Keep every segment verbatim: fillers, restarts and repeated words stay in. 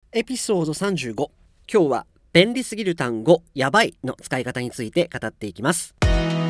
エピソードさんじゅうご。今日は便利すぎる単語やばいの使い方について語っていきます。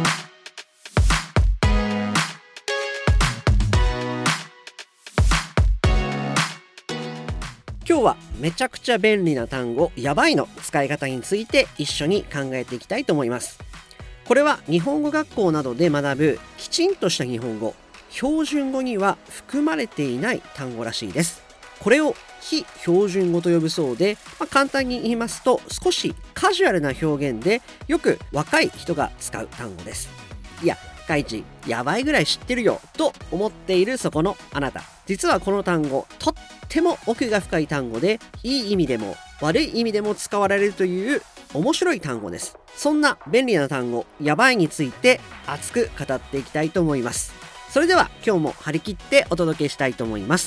今日はめちゃくちゃ便利な単語やばいの使い方について一緒に考えていきたいと思います。これは日本語学校などで学ぶきちんとした日本語、標準語には含まれていない単語らしいです。これを非標準語と呼ぶそうで、まあ、簡単に言いますと少しカジュアルな表現でよく若い人が使う単語です。いや、カイチやばいぐらい知ってるよと思っているそこのあなた、実はこの単語とっても奥が深い単語で、いい意味でも悪い意味でも使われるという面白い単語です。そんな便利な単語やばいについて熱く語っていきたいと思います。それでは今日も張り切ってお届けしたいと思います。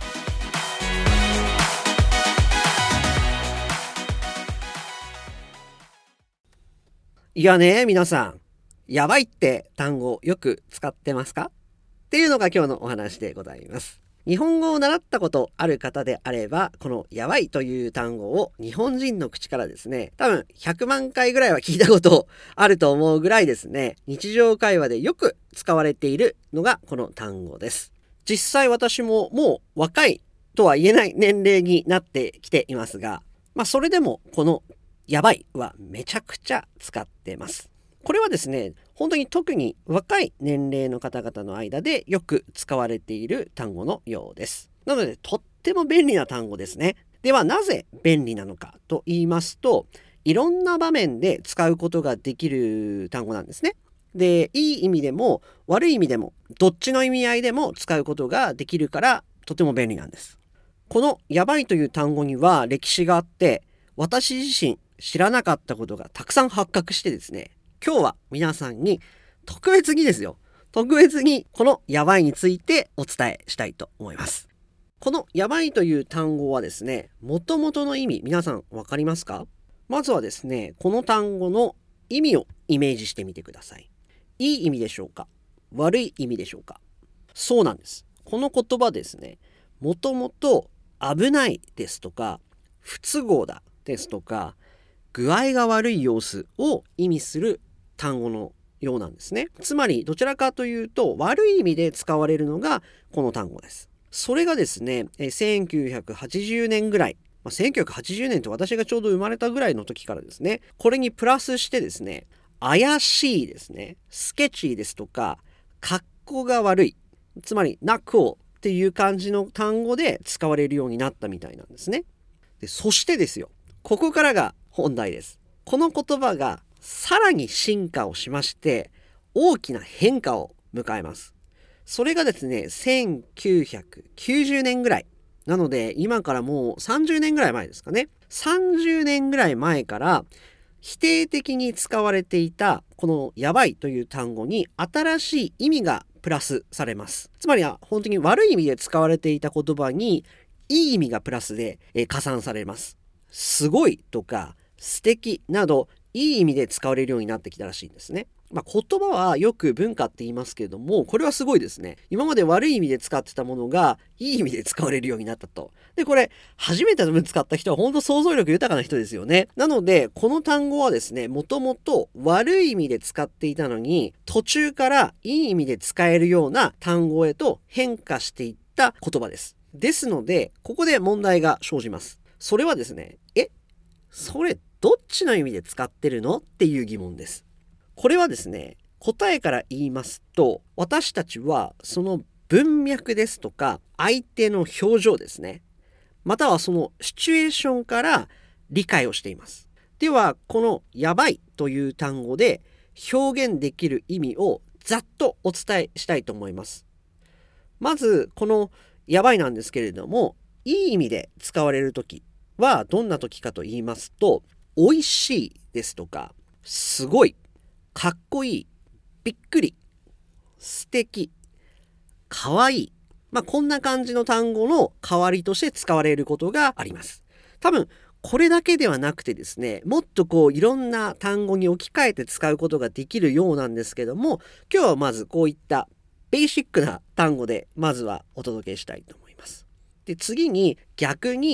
いやね、皆さん、やばいって単語よく使ってますかっていうのが今日のお話でございます。日本語を習ったことある方であれば、このやばいという単語を日本人の口からですね、多分ひゃくまんかいぐらいは聞いたことあると思うぐらいですね、日常会話でよく使われているのがこの単語です。実際私ももう若いとは言えない年齢になってきていますが、まあそれでもこのやばいはめちゃくちゃ使ってます。これはですね、本当に特に若い年齢の方々の間でよく使われている単語のようです。なのでとっても便利な単語ですね。ではなぜ便利なのかと言いますと、いろんな場面で使うことができる単語なんですね。で、いい意味でも悪い意味でもどっちの意味合いでも使うことができるからとても便利なんです。このやばいという単語には歴史があって、私自身知らなかったことがたくさん発覚してですね、今日は皆さんに特別にですよ、特別にこのやばいについてお伝えしたいと思います。このやばいという単語はですね、元々の意味、皆さんわかりますか？まずはですね、この単語の意味をイメージしてみてください。いい意味でしょうか？悪い意味でしょうか？そうなんです。この言葉ですね、もともと危ないですとか、不都合だですとか、具合が悪い様子を意味する単語のようなんですね。つまりどちらかというと悪い意味で使われるのがこの単語です。それがですね、せんきゅうひゃくはちじゅうねんぐらい、まあ、せんきゅうひゃくはちじゅうねんって私がちょうど生まれたぐらいの時からですね、これにプラスしてですね、怪しいですね、スケチーですとか、格好が悪い、つまり not cool っていう感じの単語で使われるようになったみたいなんですね。で、そしてですよ、ここからが本題です。この言葉がさらに進化をしまして大きな変化を迎えます。それがですね、せんきゅうひゃくきゅうじゅうねんぐらいなので、今からもうさんじゅうねんぐらい前ですかね。さんじゅうねんぐらい前から否定的に使われていたこのやばいという単語に新しい意味がプラスされます。つまりは本当に悪い意味で使われていた言葉にいい意味がプラスで加算されます。すごいとか素敵などいい意味で使われるようになってきたらしいんですね。まあ、言葉はよく文化って言いますけれども、これはすごいですね。今まで悪い意味で使ってたものがいい意味で使われるようになったと。で、これ初めて使った人は本当想像力豊かな人ですよね。なのでこの単語はですね、もともと悪い意味で使っていたのに途中からいい意味で使えるような単語へと変化していった言葉です。ですのでここで問題が生じます。それはですね、えそれどっちの意味で使ってるのっていう疑問です。これはですね、答えから言いますと、私たちはその文脈ですとか相手の表情ですね、またはそのシチュエーションから理解をしています。ではこのやばいという単語で表現できる意味をざっとお伝えしたいと思います。まずこのやばいなんですけれども、いい意味で使われるときはどんな時かと言いますと、美味しいですとか、すごい、かっこいい、びっくり、素敵、かわいい、まあこんな感じの単語の代わりとして使われることがあります。多分これだけではなくてですね、もっとこういろんな単語に置き換えて使うことができるようなんですけども、今日はまずこういったベーシックな単語でまずはお届けしたいと思います。で、次に逆に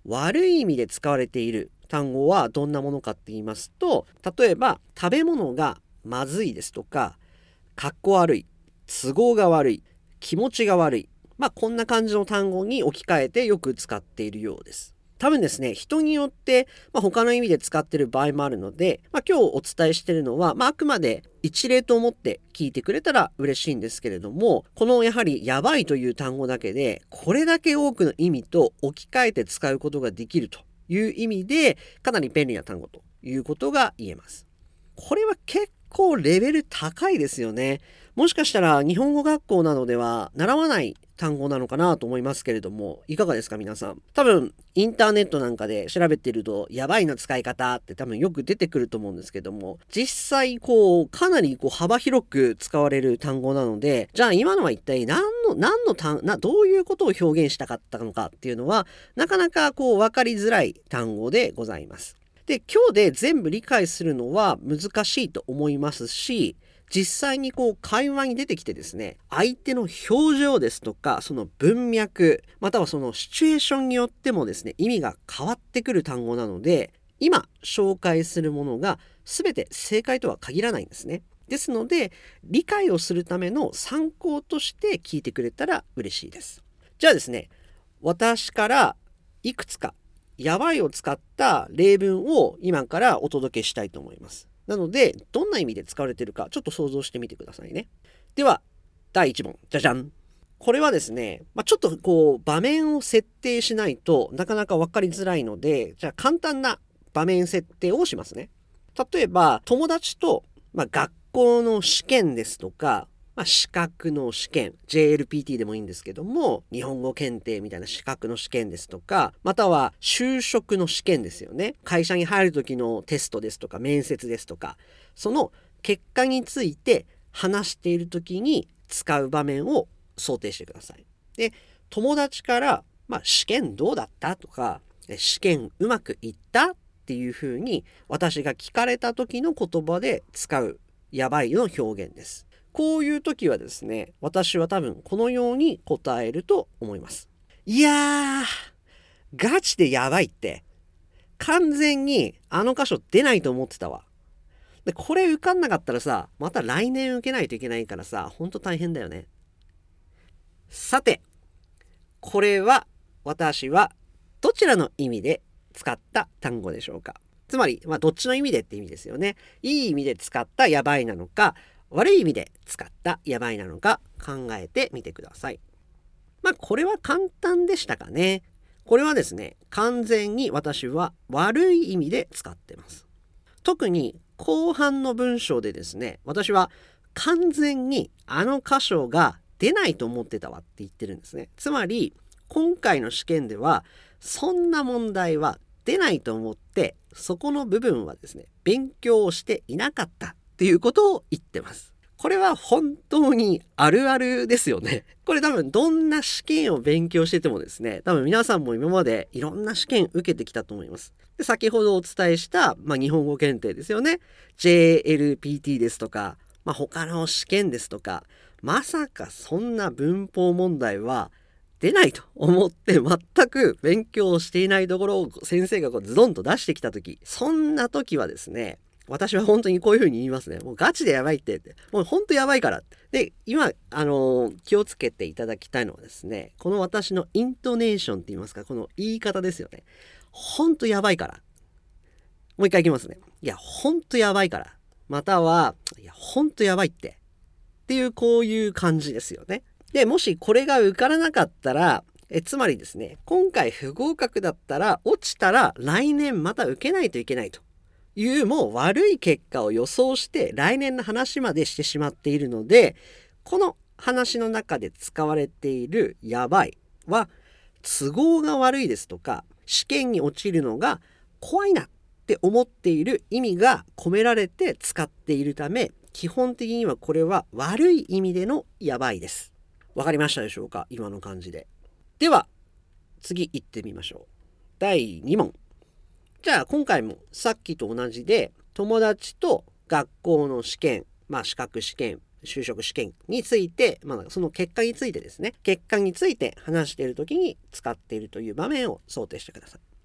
悪い意味で使われている単語はどんなものかって言いますと、例えば食べ物がまずいですとか、かっこ悪い、都合が悪い、気持ちが悪い、まあこんな感じの単語に置き換えてよく使っているようです。多分ですね、人によって、まあ、他の意味で使っている場合もあるので、まあ、今日お伝えしているのは、まあ、あくまで一例と思って聞いてくれたら嬉しいんですけれども、このやはりやばいという単語だけで、これだけ多くの意味と置き換えて使うことができるという意味で、かなり便利な単語ということが言えます。これは結構レベル高いですよね。もしかしたら日本語学校などでは習わない単語なのかなと思いますけれども、いかがですか皆さん。多分インターネットなんかで調べていると、やばいの使い方って多分よく出てくると思うんですけども、実際こうかなりこう幅広く使われる単語なので、じゃあ今のは一体何の何の単などういうことを表現したかったのかっていうのは、なかなかこう分かりづらい単語でございます。で、今日で全部理解するのは難しいと思いますし、実際にこう会話に出てきてですね、相手の表情ですとか、その文脈、またはそのシチュエーションによってもですね、意味が変わってくる単語なので、今紹介するものが全て正解とは限らないんですね。ですので、理解をするための参考として聞いてくれたら嬉しいです。じゃあですね、私からいくつかやばいを使った例文を今からお届けしたいと思います。なので、どんな意味で使われているか、ちょっと想像してみてくださいね。では、だいいち問。じゃじゃん。これはですね、まあ、ちょっとこう、場面を設定しないとなかなか分かりづらいので、じゃあ簡単な場面設定をしますね。例えば、友達と、まあ、学校の試験ですとか、まあ、資格の試験、ジェイエルピーティー でもいいんですけども、日本語検定みたいな資格の試験ですとか、または就職の試験ですよね。会社に入る時のテストですとか、面接ですとか、その結果について話している時に使う場面を想定してください。で、友達から、まあ、試験どうだったとか、試験うまくいったっていうふうに私が聞かれた時の言葉で使うやばいの表現です。こういう時はですね、私は多分このように答えると思います。いやー、ガチでやばいって、完全にあの箇所出ないと思ってたわ。で、これ受かんなかったらさ、また来年受けないといけないからさ、ほんと大変だよね。さて、これは私はどちらの意味で使った単語でしょうか。つまり、まあ、どっちの意味でって意味ですよね。いい意味で使ったやばいなのか、悪い意味で使ったやばいなのか考えてみてください。まあこれは簡単でしたかね。これはですね、完全に私は悪い意味で使ってます。特に後半の文章でですね、私は完全にあの箇所が出ないと思ってたわって言ってるんですね。つまり今回の試験ではそんな問題は出ないと思って、そこの部分はですね、勉強をしていなかったっていうことを言ってます。これは本当にあるあるですよね。これ多分どんな試験を勉強しててもですね、多分皆さんも今までいろんな試験受けてきたと思います。で、先ほどお伝えした、まあ、日本語検定ですよね。ジェイエルピーティー ですとか、まあ、他の試験ですとか、まさかそんな文法問題は出ないと思って全く勉強していないところを先生がこうズドンと出してきた時、そんな時はですね、私は本当にこういうふうに言いますね。もうガチでやばいってって。もう本当やばいから。で、今、あのー、気をつけていただきたいのはですね、この私のイントネーションって言いますか、この言い方ですよね。本当やばいから。もう一回いきますね。いや、本当やばいから。または、いや、本当やばいって。っていう、こういう感じですよね。で、もしこれが受からなかったら、えつまりですね、今回不合格だったら、落ちたら来年また受けないといけないと。いうもう悪い結果を予想して来年の話までしてしまっているので、この話の中で使われているやばいは都合が悪いですとか試験に落ちるのが怖いなって思っている意味が込められて使っているため、基本的にはこれは悪い意味でのやばいです。わかりましたでしょうか、今の感じで。では次行ってみましょう。だいに問。じゃあ今回もさっきと同じで友達と学校の試験、まあ資格試験、就職試験について、まあその結果についてですね、結果について話している時に使っているという場面を想定してください。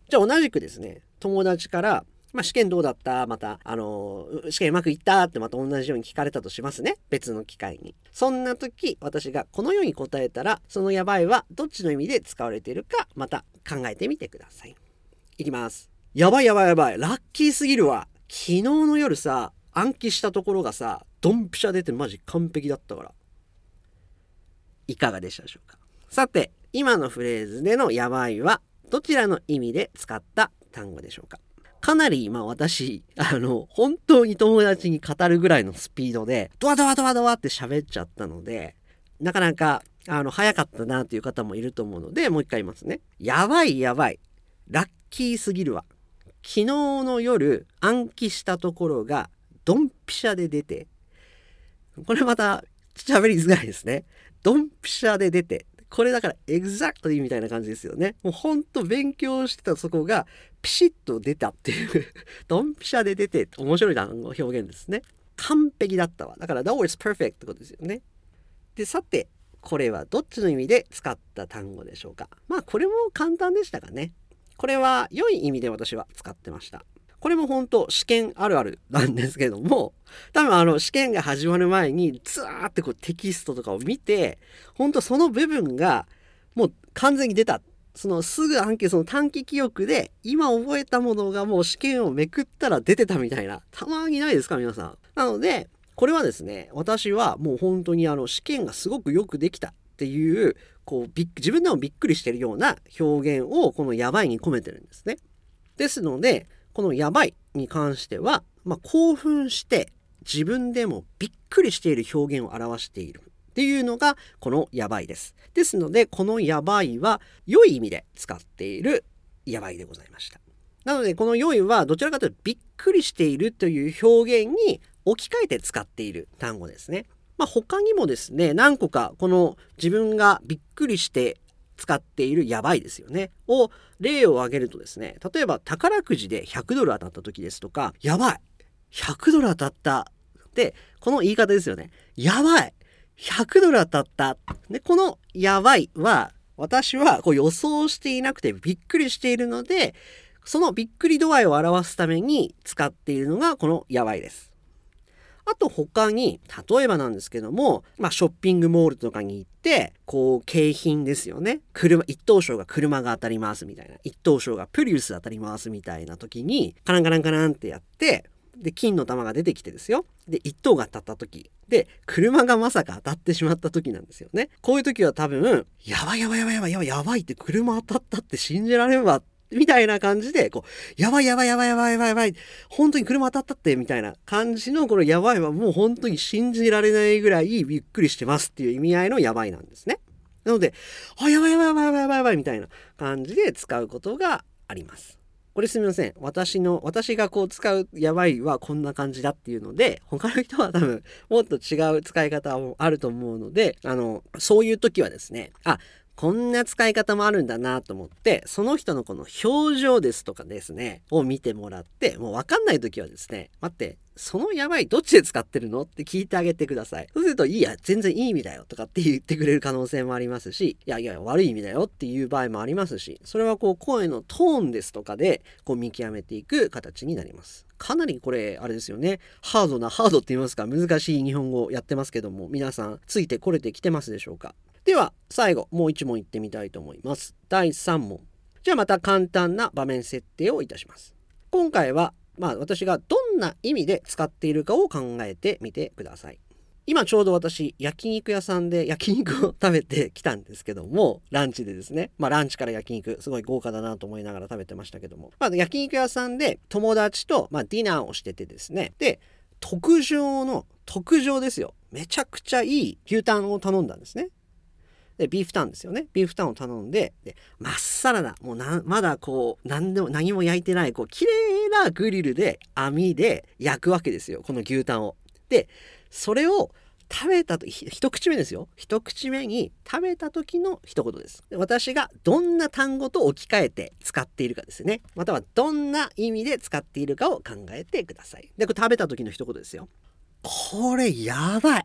じゃあ同じくですね、友達から、まあ、試験どうだったまた、あのー、試験うまくいったってまた同じように聞かれたとしますね。別の機会に。そんな時、私がこのように答えたら、そのやばいはどっちの意味で使われているか、また考えてみてください。いきます。やばいやばいやばい。ラッキーすぎるわ。昨日の夜さ、暗記したところがさ、ドンピシャ出てマジ完璧だったから。いかがでしたでしょうか。さて、今のフレーズでのやばいは、どちらの意味で使った単語でしょうか。かなり今私、あの、本当に友達に語るぐらいのスピードで、ドワドワドワドワって喋っちゃったので、なかなか、あの、早かったなという方もいると思うので、もう一回言いますね。やばいやばい。ラッキーすぎるわ。昨日の夜、暗記したところが、ドンピシャで出て、これまた、喋りづらいですね。ドンピシャで出て。これだからエグザクトリーみたいな感じですよね。もうほんと勉強してたそこがピシッと出たっていうドンピシャで出て面白い単語表現ですね。完璧だったわ。だから that was perfect ってことですよね。で、さてこれはどっちの意味で使った単語でしょうか。まあこれも簡単でしたかね。これは良い意味で私は使ってました。これも本当試験あるあるなんですけども、多分あの試験が始まる前にずーってこうテキストとかを見て、本当その部分がもう完全に出た。そのすぐ暗記、その短期記憶で今覚えたものがもう試験をめくったら出てたみたいな、たまにないですか皆さん。なのでこれはですね、私はもう本当にあの試験がすごくよくできたっていうこうび自分でもびっくりしてるような表現をこのやばいに込めてるんですね。ですのでこのやばいに関しては、まあ、興奮して自分でもびっくりしている表現を表しているっていうのがこのやばいです。ですのでこのやばいは良い意味で使っているやばいでございました。なのでこの良いはどちらかというとびっくりしているという表現に置き換えて使っている単語ですね。まあ、他にもですね、何個かこの自分がびっくりして使っているやばいですよねを例を挙げるとですね、例えば宝くじでひゃくドル当たった時ですとか、やばいひゃくドル当たったで、この言い方ですよね。やばいひゃくドル当たったで、このやばいは私はこう予想していなくてびっくりしているので、そのびっくり度合いを表すために使っているのがこのやばいです。あと他に、例えばなんですけども、まあショッピングモールとかに行って、こう景品ですよね。車、一等賞が車が当たりますみたいな。一等賞がプリウス当たりますみたいな時に、カランカランカランってやって、で、金の玉が出てきてですよ。で、一等が当たった時。で、車がまさか当たってしまった時なんですよね。こういう時は多分、やばいやばいやばいやばいやばいやばいって車当たったって信じられんわ。みたいな感じで、こう、やばいやばいやばいやばいやばいやばい、本当に車当たったって、みたいな感じの、このやばいはもう本当に信じられないぐらいびっくりしてますっていう意味合いのやばいなんですね。なので、あ、やばいやばいやばいやばいやばいやばいみたいな感じで使うことがあります。これすみません。私の、私がこう使うやばいはこんな感じだっていうので、他の人は多分もっと違う使い方もあると思うので、あの、そういう時はですね、あ、こんな使い方もあるんだなと思って、その人のこの表情ですとかですね、を見てもらって、もうわかんない時はですね、待って、そのやばいどっちで使ってるのって聞いてあげてください。そうすると、いいや、全然いい意味だよとかって言ってくれる可能性もありますし、いやいや、悪い意味だよっていう場合もありますし、それはこう声のトーンですとかで、こう見極めていく形になります。かなりこれ、あれですよね。ハードな、ハードって言いますか、難しい日本語をやってますけども、皆さん、ついてこれてきてますでしょうか。では最後もう一問いってみたいと思います。だいさん問。じゃあまた簡単な場面設定をいたします。今回はまあ私がどんな意味で使っているかを考えてみてください。今ちょうど私焼肉屋さんで焼肉を食べてきたんですけども、ランチでですね、まあランチから焼肉すごい豪華だなと思いながら食べてましたけども、まあ焼肉屋さんで友達とまあディナーをしててですね、で特上の特上ですよ、めちゃくちゃいい牛タンを頼んだんですね。でビーフタンですよね。ビーフタンを頼んで、でまっさらな、もうなまだこう何でも何も焼いてないこう綺麗なグリルで網で焼くわけですよ、この牛タンを。でそれを食べたと一口目ですよ。一口目に食べた時の一言です。で私がどんな単語と置き換えて使っているかですね。またはどんな意味で使っているかを考えてください。でこれ食べた時の一言ですよ。これやばい。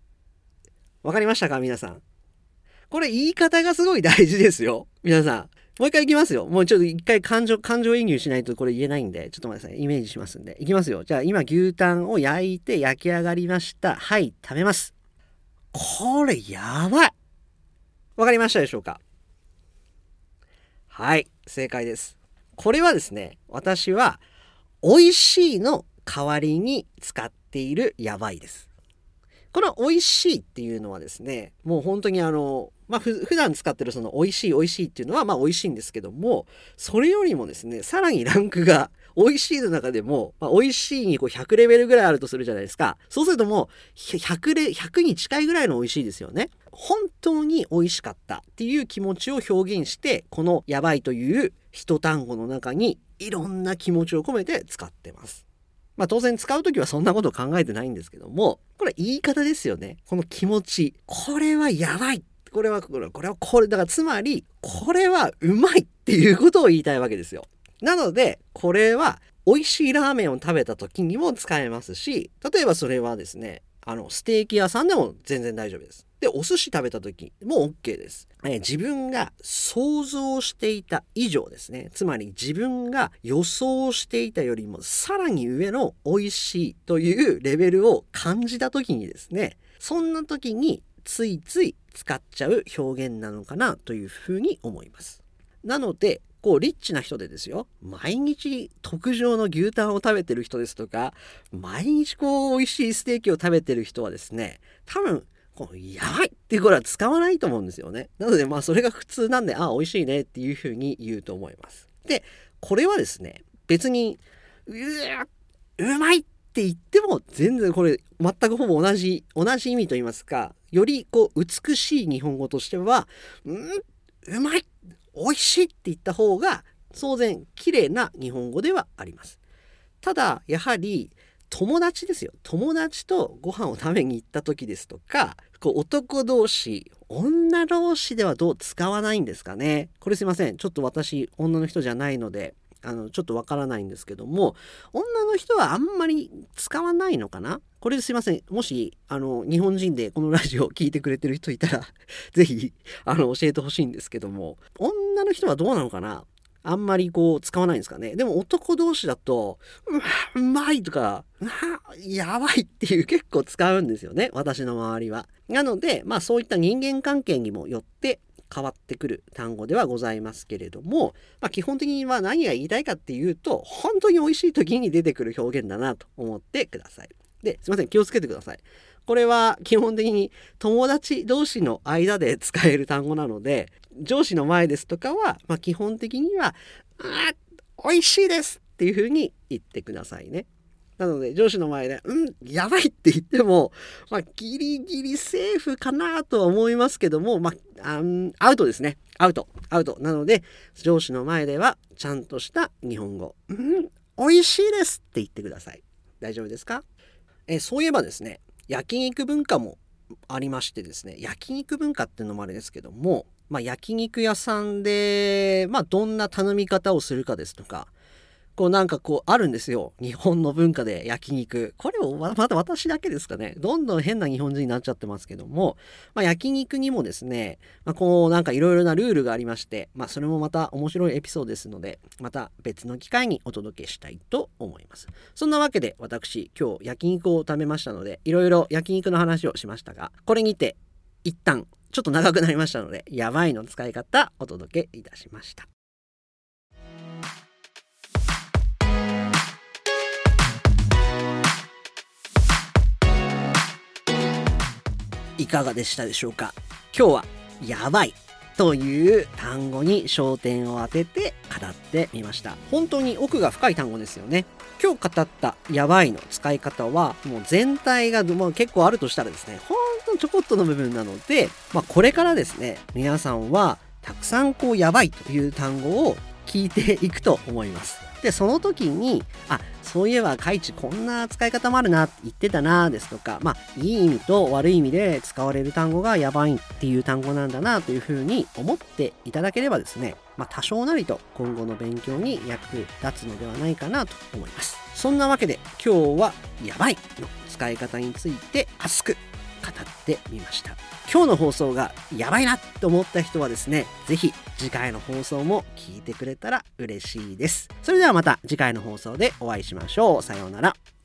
わかりましたか皆さん。これ言い方がすごい大事ですよ。皆さん。 もう一回いきますよ。もうちょっと一回感情、感情移入しないとこれ言えないんで、ちょっと待ってください。イメージしますんで。いきますよ。じゃあ今牛タンを焼いて焼き上がりました。はい、食べます。これやばい。わかりましたでしょうか？はい、正解です。これはですね、私は美味しいの代わりに使っているやばいです。この美味しいっていうのはですね、もう本当にあの、まあ、ふ普段使ってるその美味しい美味しいっていうのはまあ美味しいんですけども、それよりもですね、さらにランクが美味しいの中でも、まあ、美味しいにこうひゃくレベルぐらいあるとするじゃないですか。そうするともうひゃくレ、ひゃくに近いぐらいの美味しいですよね。本当に美味しかったっていう気持ちを表現して、このやばいという一単語の中にいろんな気持ちを込めて使ってます。まあ当然使うときはそんなこと考えてないんですけども、これ言い方ですよね。この気持ち。これはやばい。これは、これは、これは、これ、だからつまり、これはうまいっていうことを言いたいわけですよ。なので、これは美味しいラーメンを食べた時にも使えますし、例えばそれはですね、あの、ステーキ屋さんでも全然大丈夫です。で、お寿司食べた時も OK です。えー、自分が想像していた以上ですね。つまり自分が予想していたよりもさらに上の美味しいというレベルを感じた時にですね、そんな時についつい使っちゃう表現なのかなというふうに思います。なので、こうリッチな人でですよ、毎日特上の牛タンを食べてる人ですとか、毎日こう美味しいステーキを食べてる人はですね、多分このやばいっていうことは使わないと思うんですよね。なのでまあそれが普通なんで、ああ美味しいねっていうふうに言うと思います。で、これはですね、別にうーうまいって言っても全然これ全くほぼ同じ同じ意味と言いますか、よりこう美しい日本語としては、うんうまい美味しいって言った方が当然綺麗な日本語ではあります。ただやはり友達ですよ。友達とご飯を食べに行った時ですとか、こう男同士、女同士ではどう使わないんですかね。これすいません。ちょっと私女の人じゃないので、あのちょっとわからないんですけども、女の人はあんまり使わないのかな。これすいません。もしあの日本人でこのラジオを聞いてくれてる人いたらぜひあの教えてほしいんですけども、女の人はどうなのかな。あんまりこう使わないんですかね。でも男同士だと、うわ、うまいとか、うわ、やばいっていう結構使うんですよね。私の周りは。なので、まあそういった人間関係にもよって変わってくる単語ではございますけれども、まあ基本的には何が言いたいかっていうと、本当に美味しい時に出てくる表現だなと思ってください。で、すいません。気をつけてください。これは基本的に友達同士の間で使える単語なので、上司の前ですとかは、まあ、基本的には、あー、美味しいですっていうふうに言ってくださいね。なので上司の前で、うん、やばいって言っても、まあ、ギリギリセーフかなとは思いますけども、まあ、あアウトですね。アウト。アウト。なので、上司の前では、ちゃんとした日本語、うん、美味しいですって言ってください。大丈夫ですか？えそういえばですね、焼肉文化もありましてですね、焼肉文化っていうのもあれですけども、まあ、焼肉屋さんで、まあ、どんな頼み方をするかですとか、こうなんかこうあるんですよ。日本の文化で焼肉。これをまた私だけですかね。どんどん変な日本人になっちゃってますけども、まあ、焼肉にもですね、まあ、こうなんかいろいろなルールがありまして、まあ、それもまた面白いエピソードですので、また別の機会にお届けしたいと思います。そんなわけで私、今日焼肉を食べましたので、いろいろ焼肉の話をしましたが、これにて一旦ちょっと長くなりましたので、やばいの使い方お届けいたしました。いかがでしたでしょうか。今日はやばいという単語に焦点を当てて語ってみました。本当に奥が深い単語ですよね。今日語ったやばいの使い方はもう全体がもう結構あるとしたらですね、ほんとちょこっとの部分なので、まあ、これからですね、皆さんはたくさんこうやばいという単語を聞いていくと思います。で、その時に、あ、そういえばカイチこんな使い方もあるな、言ってたなですとか、まあ、いい意味と悪い意味で使われる単語がやばいっていう単語なんだなというふうに思っていただければですね、まあ、多少なりと今後の勉強に役立つのではないかなと思います。そんなわけで今日はやばいの使い方について熱くってみました。今日の放送がやばいなと思った人はですね、ぜひ次回の放送も聞いてくれたら嬉しいです。それではまた次回の放送でお会いしましょう。さようなら。